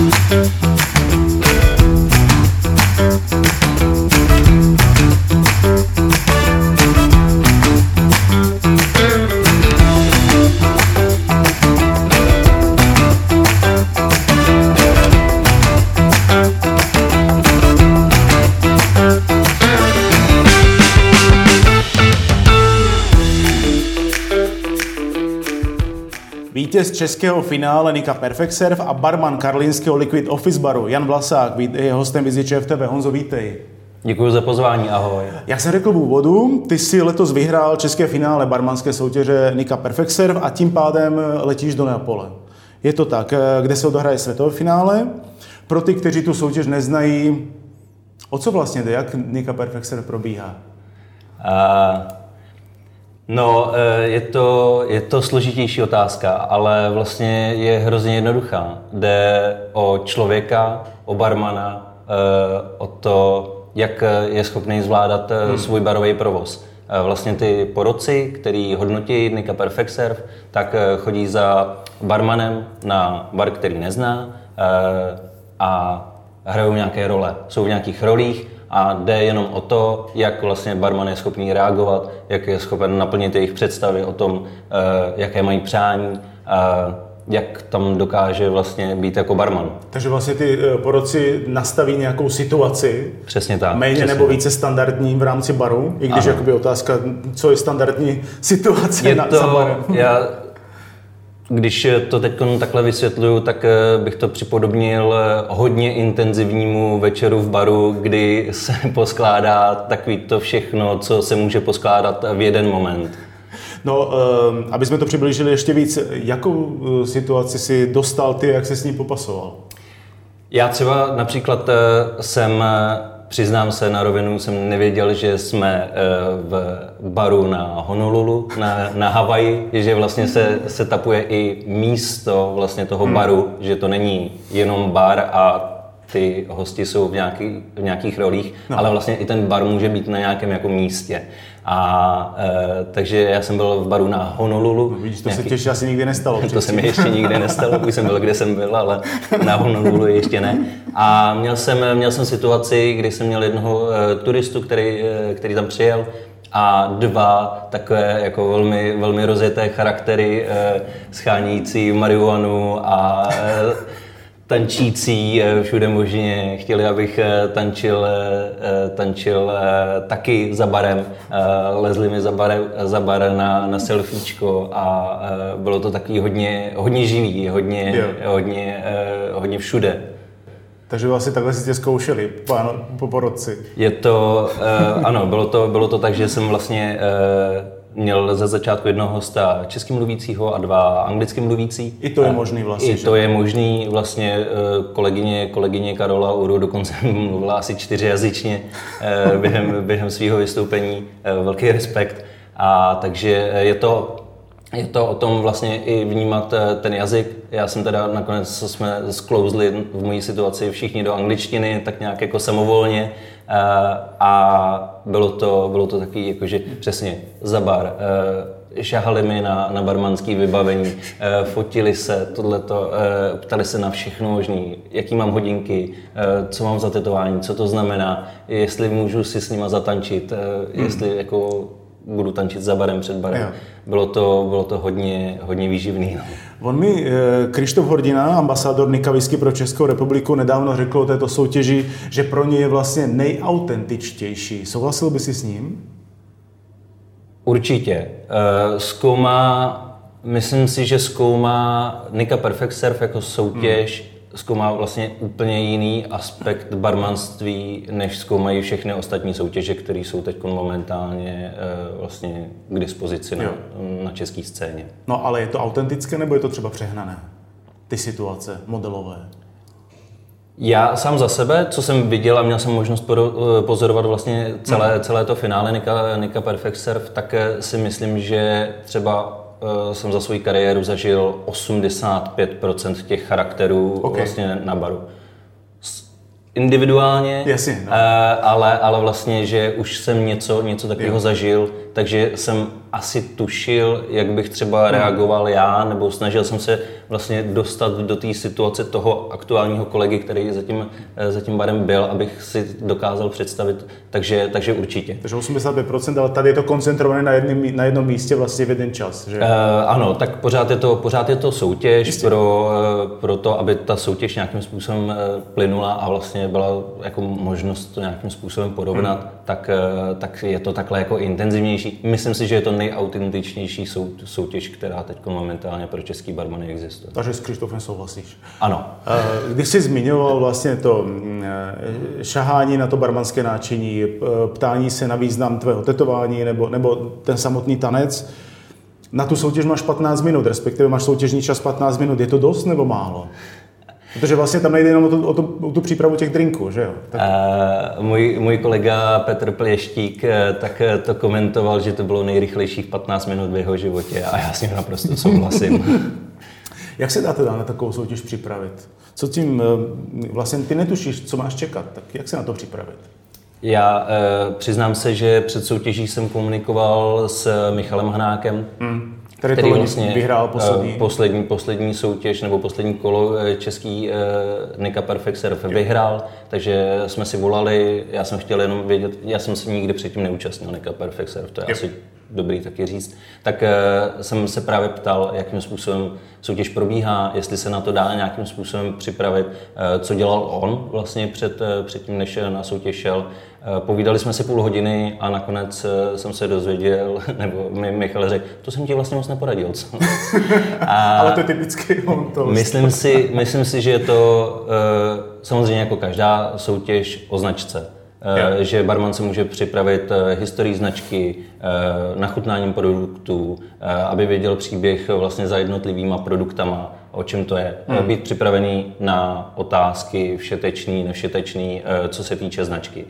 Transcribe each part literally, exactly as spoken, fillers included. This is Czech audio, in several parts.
Vítěz českého finále Nika Perfect Serve a barman karlínského Liquid Office baru Jan Vlasák je hostem Vizi ČT V. Honzo, vítej. Děkuji za pozvání, ahoj. Jak jsem řekl v úvodu, ty jsi letos vyhrál české finále barmanské soutěže Nika Perfect Serve a tím pádem letíš do Neapole. Je to tak, kde se odehraje světové finále. Pro ty, kteří tu soutěž neznají, o co vlastně jde, jak Nika Perfect Serve probíhá? Uh... No, je to, je to složitější otázka, ale vlastně je hrozně jednoduchá. Jde o člověka, o barmana, o to, jak je schopný zvládat hmm. svůj barový provoz. Vlastně ty porotci, který hodnotí Nika Perfect Serve, tak chodí za barmanem na bar, který nezná a hrajou nějaké role. Jsou v nějakých rolích. A jde jenom o to, jak vlastně barman je schopný reagovat, jak je schopen naplnit jejich představy o tom, jaké mají přání, jak tam dokáže vlastně být jako barman. Takže vlastně ty porotci nastaví nějakou situaci, přesně tak, méně přesně nebo tak. více standardní v rámci baru, i když jakoby otázka, co je standardní situace je na, to, za barem. Já, Když to teď takhle vysvětluju, tak bych to připodobnil hodně intenzivnímu večeru v baru, kdy se poskládá takový to všechno, co se může poskládat v jeden moment. No, aby jsme to přiblížili ještě víc, jakou situaci si dostal ty, jak se s ním popasoval? Já třeba například jsem, přiznám se na rovinu, jsem nevěděl, že jsme v baru na Honolulu, na, na Havaji, že vlastně se, se tapuje i místo vlastně toho hmm. baru, že to není jenom bar a ty hosti jsou v, nějaký, v nějakých rolích, no. ale vlastně i ten bar může být na nějakém jako místě. A e, takže já jsem byl v baru na Honolulu. No, vidíš, to nějaký... se těž asi nikdy nestalo. To se mi ještě nikdy nestalo, už jsem byl, kde jsem byl, ale na Honolulu ještě ne. A měl jsem, měl jsem situaci, kdy jsem měl jednoho e, turistu, který, e, který tam přijel, a dva takové jako velmi, velmi rozjeté charaktery, e, schánící marihuanu a e, tančící všude možně, chtěli, abych tančil, tančil taky za barem, lezli mi za, bare, za bar na, na selfiečko a bylo to takový hodně, hodně živý, hodně, hodně, hodně všude. Takže vlastně takhle si tě zkoušeli po, po porotci. Je to, ano, bylo to, bylo to tak, že jsem vlastně měl ze začátku jednoho hosta česky mluvícího a dva anglicky mluvící. I to je možný vlastně. I to je možný vlastně. Kolegyně, kolegyně Karola Uru dokonce mluvila asi čtyřjazyčně během, během svého vystoupení. Velký respekt. A takže je to, je to o tom vlastně i vnímat ten jazyk. Já jsem teda nakonec jsme sklouzli v mojí situaci všichni do angličtiny, tak nějak jako samovolně. A bylo to, bylo to takový, jakože přesně za bar. Šahali mi na, na barmanský vybavení, fotili se, tohleto, ptali se na všechno možný, jaký mám hodinky, co mám za tetování, co to znamená, jestli můžu si s nima zatančit, hmm. jestli jako budu tančit za barem, před barem. Jo. Bylo to, bylo to hodně, hodně výživný. No. On mi Krištof Hordina, ambasador Nika Whisky pro Českou republiku, nedávno řekl o této soutěži, že pro ně je vlastně nejautentičtější. Souhlasil by si s ním? Určitě. Zkoumá, myslím si, že zkoumá Nika Perfect Serve jako soutěž, hmm. zkoumá vlastně úplně jiný aspekt barmanství, než zkoumají všechny ostatní soutěže, které jsou teď momentálně vlastně k dispozici na, na české scéně. No ale je to autentické, nebo je to třeba přehnané? Ty situace modelové? Já sám za sebe, co jsem viděl a měl jsem možnost pozorovat vlastně celé, hmm. celé to finále Nika, Nika Perfect Serve, tak si myslím, že třeba jsem za svou kariéru zažil osmdesát pět procent těch charakterů okay. vlastně na baru. Individuálně, Jasně, no. ale, ale vlastně, že už jsem něco, něco takového no. zažil, takže jsem asi tušil, jak bych třeba reagoval já, nebo snažil jsem se vlastně dostat do té situace toho aktuálního kolegy, který za tím, za tím barem byl, abych si dokázal představit, takže, takže určitě. Takže osmdesát pět procent, ale tady je to koncentrované na, jednym, na jednom místě vlastně v jeden čas, že? Uh, ano, tak pořád je to, pořád je to soutěž pro, pro to, aby ta soutěž nějakým způsobem plynula a vlastně byla jako možnost to nějakým způsobem porovnat, hmm. tak, tak je to takhle jako intenzivnější. Myslím si, že je to nejautentičnější sou, soutěž, která teď momentálně pro český barmany existuje. Takže s Krištofem souhlasíš? Ano. Když jsi zmiňoval vlastně to šahání na to barmanské náčiní, ptání se na význam tvého tetování nebo, nebo ten samotný tanec, na tu soutěž máš patnáct minut, respektive máš soutěžní čas patnáct minut. Je to dost nebo málo? Protože vlastně tam nejde jenom o tu, o tu, o tu přípravu těch drinků, že jo? Tak... Uh, můj, můj kolega Petr Plěštík tak to komentoval, že to bylo nejrychlejších patnáct minut v jeho životě a já s ním naprosto souhlasím. Jak se dá teda na takovou soutěž připravit? Co tím, vlastně ty netušíš, co máš čekat, tak jak se na to připravit? Já eh, přiznám se, že před soutěží jsem komunikoval s Michalem Hanákem, hmm. který, který vlastně vyhrál poslední. poslední poslední soutěž nebo poslední kolo český eh, Nika Perfect Surf vyhrál, takže jsme si volali, já jsem chtěl jenom vědět, já jsem se nikdy předtím neúčastnil Nika Perfect Surf, to je jo. asi dobrý taky říct, tak eh, jsem se právě ptal, jakým způsobem soutěž probíhá, jestli se na to dá nějakým způsobem připravit, eh, co dělal on vlastně před, eh, předtím, než na soutěž šel. Eh, povídali jsme si půl hodiny a nakonec eh, jsem se dozvěděl, nebo mi Michal řekl, to jsem ti vlastně moc neporadil, co? A ale to je typicky on to. Myslím si, myslím si, že je to eh, samozřejmě jako každá soutěž o značce. Yeah. Že barman se může připravit historii značky, nachutnáním produktů, aby věděl příběh vlastně za jednotlivýma produktama, o čem to je. Hmm. Být připravený na otázky všetečný, nevšetečný, co se týče značky.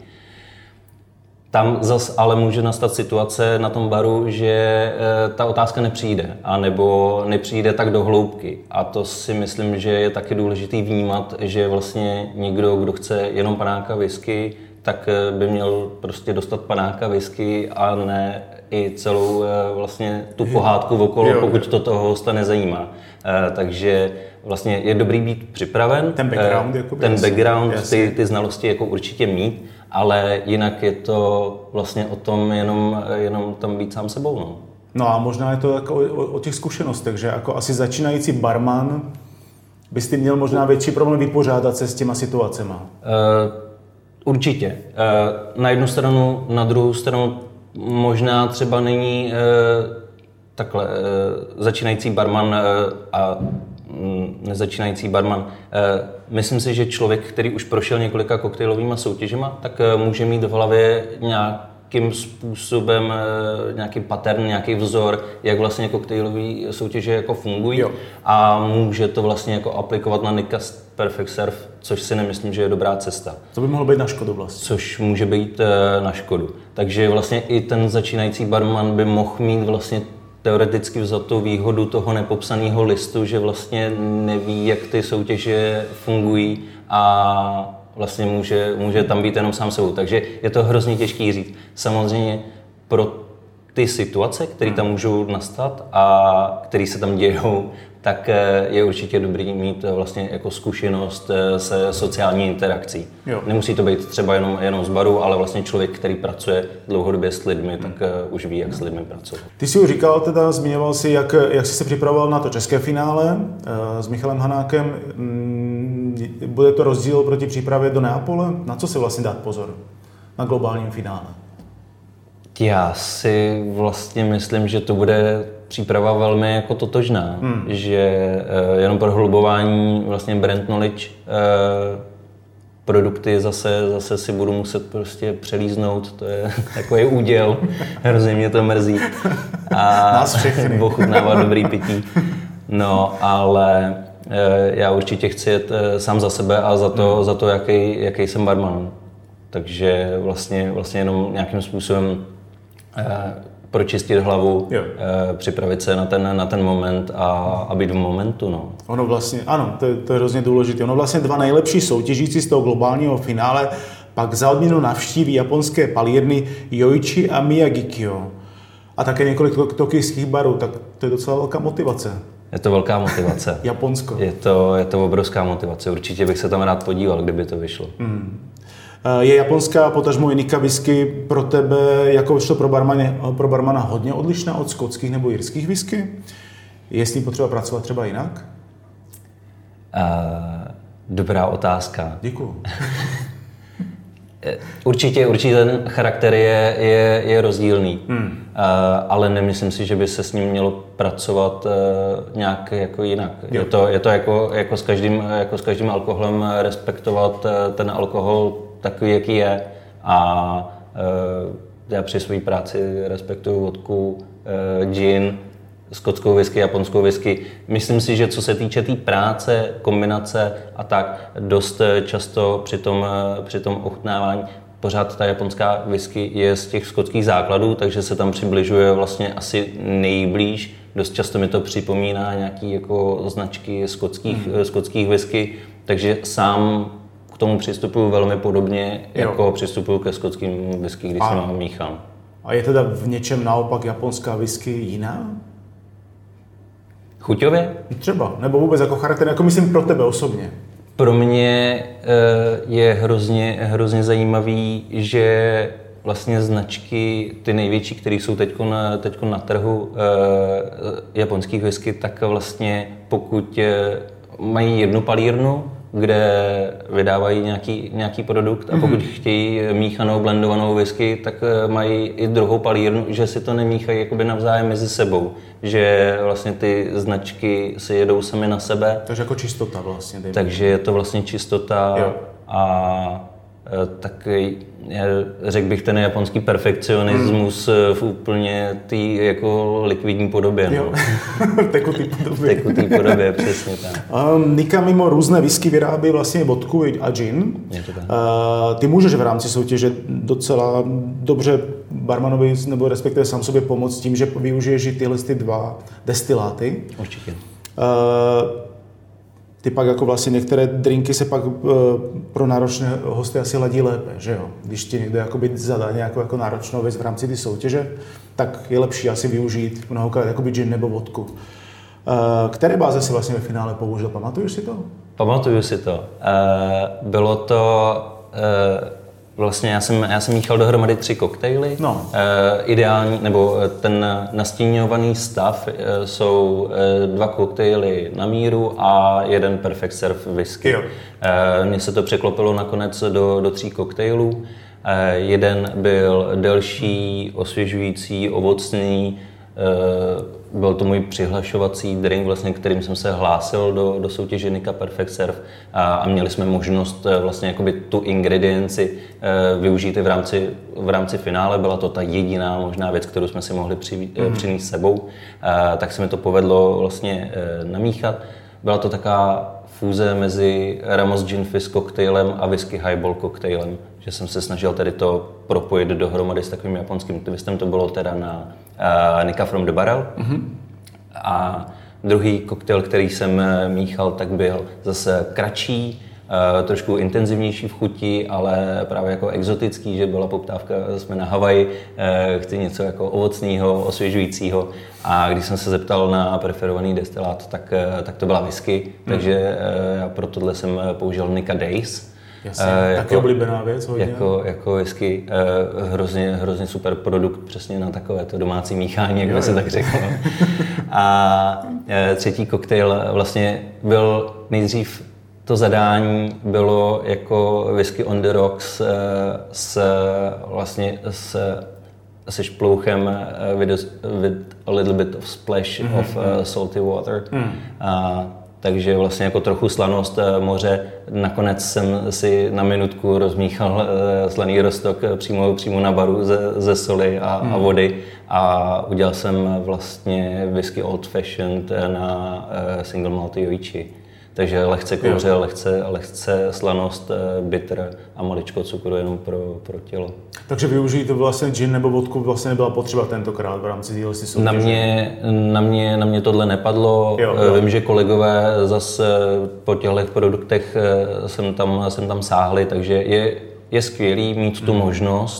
Tam zas ale může nastat situace na tom baru, že ta otázka nepřijde, anebo nepřijde tak do hloubky. A to si myslím, že je taky důležitý vnímat, že vlastně někdo, kdo chce jenom panáka whisky, tak by měl prostě dostat panáka whisky a ne i celou vlastně tu pohádku okolo, pokud to toho hosta nezajímá. Takže vlastně je dobrý být připraven, ten background, jako ten background ty, ty znalosti jako určitě mít, ale jinak je to vlastně o tom jenom, jenom tam být sám sebou. No, no a možná je to jako o, o těch zkušenostech, že jako asi začínající barman bys ty měl možná větší problém vypořádat se s těma situacema. Uh, Určitě. Na jednu stranu, na druhou stranu možná třeba není takhle začínající barman a nezačínající barman. Myslím si, že člověk, který už prošel několika koktejlovými soutěžema, tak může mít v hlavě nějakým způsobem nějaký pattern, nějaký vzor, jak vlastně koktejlové soutěže jako fungují jo. a může to vlastně jako aplikovat na Nika Perfect Surf, což si nemyslím, že je dobrá cesta. To by mohlo být na škodu vlastně. Což může být na škodu. Takže vlastně i ten začínající barman by mohl mít vlastně teoreticky vzatou výhodu toho nepopsaného listu, že vlastně neví, jak ty soutěže fungují a vlastně může, může tam být jenom sám sebou. Takže je to hrozně těžký říct. Samozřejmě pro ty situace, které tam můžou nastat a které se tam dějou, tak je určitě dobrý mít vlastně jako zkušenost se sociální interakcí. Jo. Nemusí to být třeba jenom, jenom z baru, ale vlastně člověk, který pracuje dlouhodobě s lidmi, tak hmm. už ví, jak s lidmi pracovat. Ty jsi už říkal, teda zmiňoval si, jak, jak jsi se připravoval na to české finále s Michalem Hanákem. Bude to rozdíl proti přípravě do Neapole? Na co si vlastně dát pozor na globálním finále? Já si vlastně myslím, že to bude příprava velmi jako totožná, hmm. že uh, jenom prohlubování vlastně brand knowledge uh, produkty zase, zase si budu muset prostě přelíznout, to je takový úděl, hrozně mě to mrzí a ochutnávat dobrý pití. No, ale uh, já určitě chci jet uh, sám za sebe a za to, hmm. za to jaký, jaký jsem barman. Takže vlastně, vlastně jenom nějakým způsobem uh, pročistit hlavu, jo. připravit se na ten, na ten moment a, a být v momentu. No. Ono vlastně, ano, to je, to je hrozně důležité. Ono vlastně dva nejlepší soutěžící z toho globálního finále pak za odměnu navštíví japonské palírny Yoichi a Miyagikyo. A také několik tokijských barů, tak to je docela velká motivace. Je to velká motivace. Japonsko. Je to, je to obrovská motivace. Určitě bych se tam rád podíval, kdyby to vyšlo. Hmm. Je japonská, potažmo i Nikka whisky pro tebe, jakožto pro barmana, pro barmana hodně odlišná od skotských nebo jirských whisky? Je s tím potřeba pracovat třeba jinak? Uh, dobrá otázka. Děkuju. Určitě, určitě ten charakter je, je, je rozdílný, hmm. uh, ale nemyslím si, že by se s ním mělo pracovat uh, nějak jako jinak. Jo. Je to, je to jako, jako, s každým, jako s každým alkoholem respektovat uh, ten alkohol takový, jaký je. A uh, já při své práci respektuju vodku, uh, gin, skotskou whisky, japonskou whisky. Myslím si, že co se týče té tý práce, kombinace a tak, dost často při tom, při tom ochutnávání pořád ta japonská whisky je z těch skotských základů, takže se tam přibližuje vlastně asi nejblíž. Dost často mi to připomíná nějaký jako značky skotských, hmm. skotských whisky, takže sám k tomu přistupuju velmi podobně, jo. jako přistupuju ke skotským whisky, když a, se mám míchám. A je teda v něčem naopak japonská whisky jiná? Chuťově? Třeba, nebo vůbec jako charakter, jako myslím pro tebe osobně. Pro mě je hrozně, hrozně zajímavý, že vlastně značky, ty největší, které jsou teďko na, teďko na trhu japonských whisky, tak vlastně pokud mají jednu palírnu, kde vydávají nějaký, nějaký produkt a pokud mm-hmm. chtějí míchanou, blendovanou whisky, tak mají i druhou palírnu, že si to nemíchají jakoby navzájem mezi sebou. Že vlastně ty značky si jedou sami na sebe. Takže jako čistota vlastně. Dejme. Takže je to vlastně čistota jo. a tak řekl bych ten japonský perfekcionismus mm. v úplně té jako likvidní podobě. Jo. No. Tekutý podobě. Tekutý podobě, přesně tak. Um, Nikka mimo různé whisky vyrábí vlastně vodku a gin. Je to tak. Uh, ty můžeš v rámci soutěže docela dobře barmanovi, nebo respektive sám sobě pomoct tím, že využiješ i tyhle ty dva destiláty. Určitě. Uh, Ty pak jako vlastně některé drinky se pak e, pro náročné hosty asi ladí lépe, že jo? Když ti někdo jakoby zadá nějakou jako náročnou věc v rámci ty soutěže, tak je lepší asi využít mnohokrát jakoby gin nebo vodku. E, které báze si vlastně ve finále použil? Pamatuješ si to? Pamatuju si to. E, bylo to... E, Vlastně já jsem, já jsem míchal dohromady tři koktejly. No. E, ideální, nebo ten nastíňovaný stav e, jsou e, dva koktejly na míru a jeden Perfect Serve whisky. E, Mně se to překlopilo nakonec do, do tří koktejlů. E, jeden byl delší, osvěžující, ovocný. E, byl to můj přihlašovací drink, vlastně, kterým jsem se hlásil do, do soutěže Nikka Perfect Serve a, a měli jsme možnost vlastně jakoby tu ingredienci e, využít i v rámci, v rámci finále. Byla to ta jediná možná věc, kterou jsme si mohli při, mm. přinést sebou. E, tak se mi to povedlo vlastně e, namíchat. Byla to taková fúze mezi Ramos Gin Fizz koktejlem a Whisky Highball koktejlem, že jsem se snažil tady to propojit dohromady s takovým japonským twistem. To bylo teda na uh, Nikka from the Barrel. Mm-hmm. A druhý koktejl, který jsem míchal, tak byl zase kratší, uh, trošku intenzivnější v chuti, ale právě jako exotický, že byla poptávka, jsme na Havaji, uh, chci něco jako ovocného, osvěžujícího. A když jsem se zeptal na preferovaný destilát, tak, uh, tak to byla whisky, mm. takže uh, já pro tohle jsem použil Nikka Days. Jasně, uh, taky jako, oblíbená věc hodně. Jako, jako whisky, uh, hrozně, hrozně super produkt přesně na takovéto domácí míchání, jak by se tak řeklo. A uh, třetí koktejl vlastně byl nejdřív, to zadání bylo jako whisky on the rocks uh, s vlastně s, se šplouchem uh, with, a, with a little bit of splash mm-hmm. of uh, salty water. Mm. Uh, Takže vlastně jako trochu slanost moře. Nakonec jsem si na minutku rozmíchal slaný roztok přímo, přímo na baru ze, ze soli a, hmm. a vody a udělal jsem vlastně whisky old fashioned na single malt yoichi. Takže lehce kouře, lehce, lehce slanost, bitter a maličko cukru jenom pro, pro tělo. Takže využít vlastně gin nebo vodku vlastně nebyla potřeba tentokrát v rámci téhle soutěže? Na mě, na, mě, na mě tohle nepadlo. Jo, jo. Vím, že kolegové zase po těchto produktech jsem tam, jsem tam sáhli, takže je, je skvělý mít tu hmm. možnost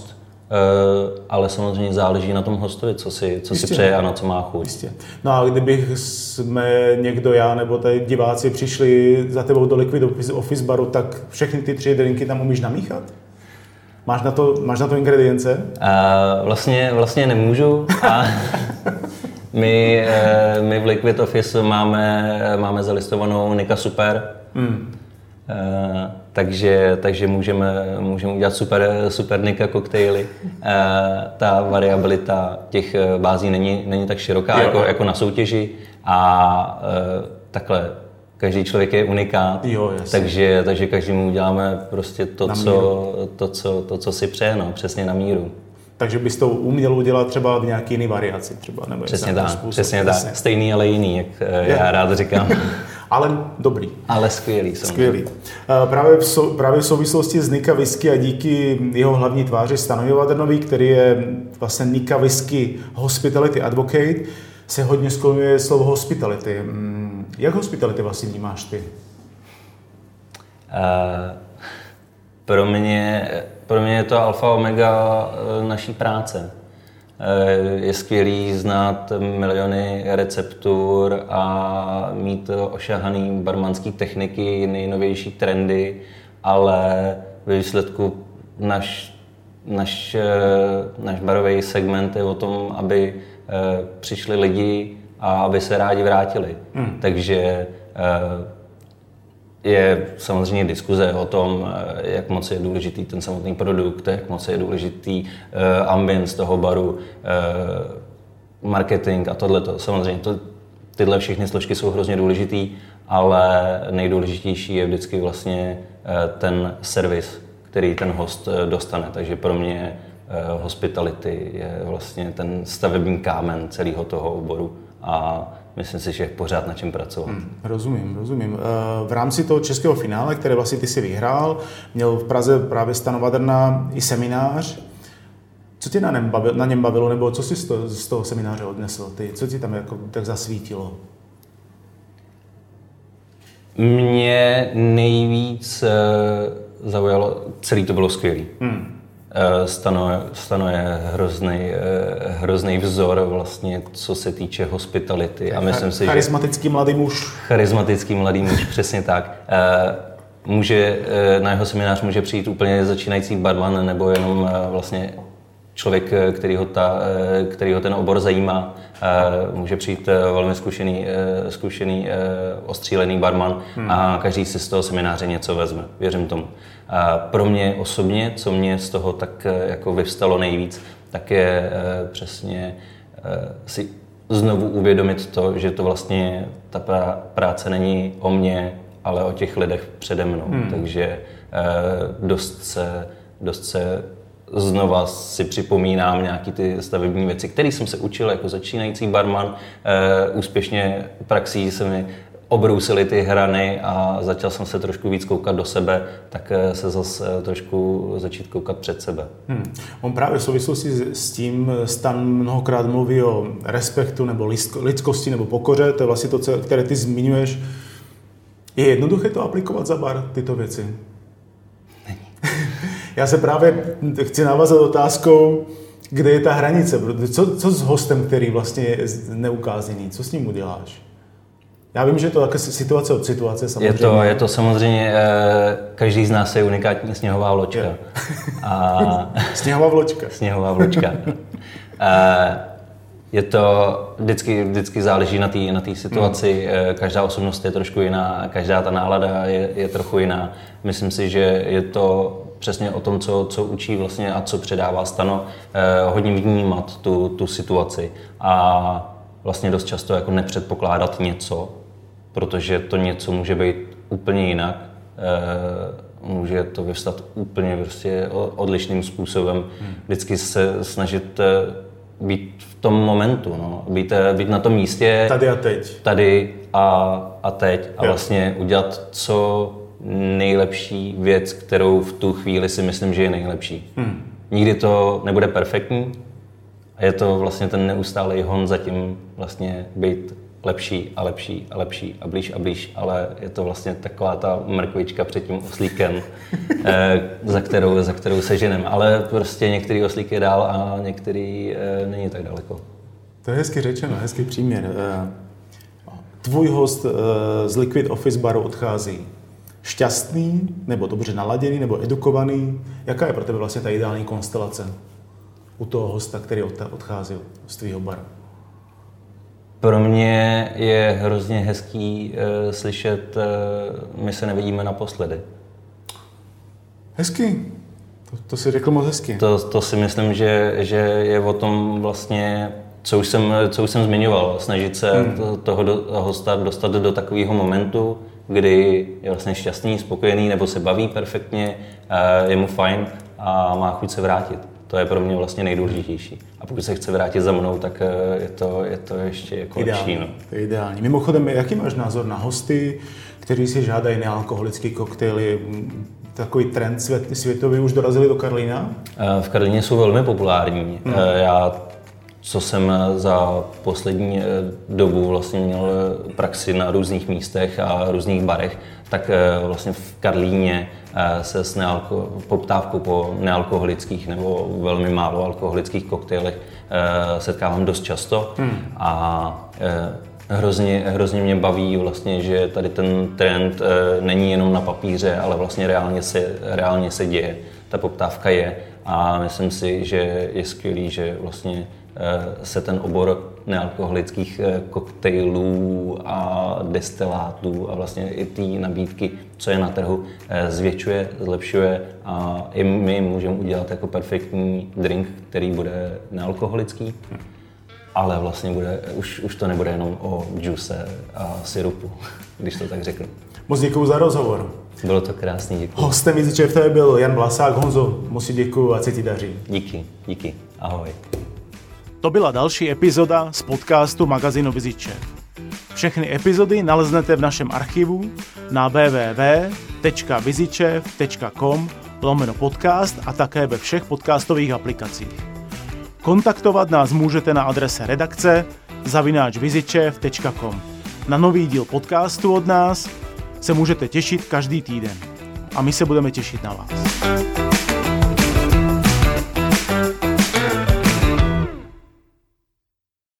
ale samozřejmě záleží na tom hostovi, co si, co si přeje a na co má chuť. Jistě. No a kdybych jsme někdo, já nebo tady diváci přišli za tebou do Liquid Office baru, tak všechny ty tři drinky tam umíš namíchat? Máš na to, máš na to ingredience? Uh, vlastně, vlastně nemůžu. A my, uh, my v Liquid Office máme, máme zalistovanou Nika Super. Mm. Uh, takže, takže můžeme, můžeme udělat super, super Nika koktejly. Uh, ta variabilita těch bází není, není tak široká jako, jako na soutěži a uh, takhle každý člověk je unikát, jo, takže, takže každému uděláme prostě to, co, to, co, to, co si přeje, no, přesně na míru. Takže bys to uměl udělat třeba v nějaké jiné variaci třeba, nebo přesně tak, způsob, přesně tak, stejný, ale jiný, jak je. Já rád říkám. Ale dobrý. Ale skvělý. Skvělý. Právě v, sou, právě v souvislosti s Nika Whisky a díky jeho hlavní tváři Stanovi Vadernovi, který je vlastně Nika Whisky Hospitality Advocate, se hodně skloňuje slovo hospitality. Jak hospitality vlastně vnímáš ty? Uh, pro mě, pro mě je to alfa omega naší práce. Uh, je skvělý znát miliony receptur a mít ošahaný barmanský techniky, nejnovější trendy, ale ve výsledku naš, naš, naš barový segment je o tom, aby uh, přišli lidi a aby se rádi vrátili. Hmm. Takže uh, je samozřejmě diskuze o tom, jak moc je důležitý ten samotný produkt, jak moc je důležitý uh, ambience toho baru, uh, marketing a tohleto. Samozřejmě to, tyhle všechny složky jsou hrozně důležitý, ale nejdůležitější je vždycky vlastně uh, ten servis, který ten host uh, dostane. Takže pro mě uh, hospitality je vlastně ten stavební kámen celého toho oboru a myslím si, že je pořád na čem pracovat. Hmm, rozumím, rozumím. V rámci toho českého finále, které vlastně ty si vyhrál, měl v Praze právě Stano Vaderna i seminář. Co tě na něm bavilo, na něm bavilo nebo co jsi z toho, z toho semináře odnesl ty? Co ti tam jako tak zasvítilo? Mě nejvíc zaujalo, celý to bylo skvělý. Hmm. Stano, Stano je hrozný, hrozný vzor vlastně, co se týče hospitality. A myslím si, charismatický že mladý muž. Charismatický mladý muž, přesně tak. Může, na jeho seminář může přijít úplně začínající barman nebo jenom vlastně člověk, kterýho, ta, kterýho ten obor zajímá. Může přijít velmi zkušený, zkušený ostřílený barman hmm. a každý si z toho semináře něco vezme. Věřím tomu. A pro mě osobně, co mě z toho tak jako vyvstalo nejvíc, tak je přesně si znovu uvědomit to, že to vlastně ta práce není o mně, ale o těch lidech přede mnou. Hmm. Takže dost se, dost se znova si připomínám nějaký ty stavební věci, které jsem se učil jako začínající barman. Úspěšně praxí se mi obrousily ty hrany a začal jsem se trošku víc koukat do sebe, tak se zase trošku začít koukat před sebe. Hmm. On právě v souvislosti s tím Stan mnohokrát mluví o respektu nebo lidskosti nebo pokoře, to je vlastně to, které ty zmiňuješ. Je jednoduché to aplikovat za bar, tyto věci? Není. Já se právě chci navázat otázkou, kde je ta hranice. Co, co s hostem, který vlastně je neukázněný? Co s ním uděláš? Já vím, že je to také situace od situace samozřejmě. Je to, je to samozřejmě, každý z nás je unikátní sněhová vločka. Je. A... Sněhová vločka. Sněhová vločka. Je to, vždycky, vždycky záleží na té na té situaci, mm. Každá osobnost je trošku jiná, každá ta nálada je, je trochu jiná. Myslím si, že je to přesně o tom, co, co učí vlastně a co předává Stano, hodně vnímat tu, tu situaci a vlastně dost často jako nepředpokládat něco, protože to něco může být úplně jinak, může to vyvstat úplně prostě odlišným způsobem. Vždycky se snažit být v tom momentu, no. být, být na tom místě. Tady a teď. Tady a, a teď a vlastně udělat co nejlepší věc, kterou v tu chvíli si myslím, že je nejlepší. Hmm. Nikdy to nebude perfektní a je to vlastně ten neustálý hon zatím vlastně být lepší a lepší a lepší a blíž a blíž, ale je to vlastně taková ta mrkvička před tím oslíkem, eh, za, kterou, za kterou se ženem. Ale prostě některý oslík je dál a některý eh, není tak daleko. To je hezky řečeno, hezký příměr. Tvůj host z Liquid Office Baru odchází šťastný, nebo dobře naladěný, nebo edukovaný? Jaká je pro tebe vlastně ta ideální konstelace u toho hosta, který odchází z tvýho baru? Pro mě je hrozně hezký uh, slyšet, uh, my se nevidíme naposledy. Hezky. To, to si řekl moc hezky. To, to si myslím, že, že je o tom vlastně, co už jsem, co už jsem zmiňoval, snažit se hmm. to, toho do, hosta dostat do takového momentu, kdy je vlastně šťastný, spokojený, nebo se baví perfektně, uh, je mu fajn a má chuť se vrátit. To je pro mě vlastně nejdůležitější. A pokud se chce vrátit za mnou, tak je to, je to ještě jako lepší. No. To je ideální. Mimochodem, jaký máš názor na hosty, kteří si žádají nealkoholické koktejly? Takový trend svět, světový už dorazili do Karlína? V Karlíně jsou velmi populární. Hmm. Já, co jsem za poslední dobu vlastně měl praxi na různých místech a různých barech, tak vlastně v Karlíně se s nealko- poptávkou po nealkoholických nebo velmi málo alkoholických koktejlech setkávám dost často. Hmm. A hrozně, hrozně mě baví vlastně, že tady ten trend není jenom na papíře, ale vlastně reálně se, reálně se děje. Ta poptávka je a myslím si, že je skvělý, že vlastně se ten obor nealkoholických koktejlů a destilátů a vlastně i té nabídky, co je na trhu, zvětšuje, zlepšuje a i my můžeme udělat jako perfektní drink, který bude nealkoholický, ale vlastně bude, už, už to nebude jenom o džuse a syrupu, když to tak řeknu. Moc děkuju za rozhovor. Bylo to krásný, děkuji. Hostem Viziče ef té byl Jan Vlasák. Honzo, moc si děkuju a se ti daří. Díky, díky. Ahoj. To byla další epizoda z podcastu magazínu Viziče. Všechny epizody naleznete v našem archivu na w w w tečka vizičev tečka com lomeno podcast a také ve všech podcastových aplikacích. Kontaktovat nás můžete na adrese redakce zavináč vizičev tečka com. Na nový díl podcastu od nás se můžete těšit každý týden. A my se budeme těšit na vás.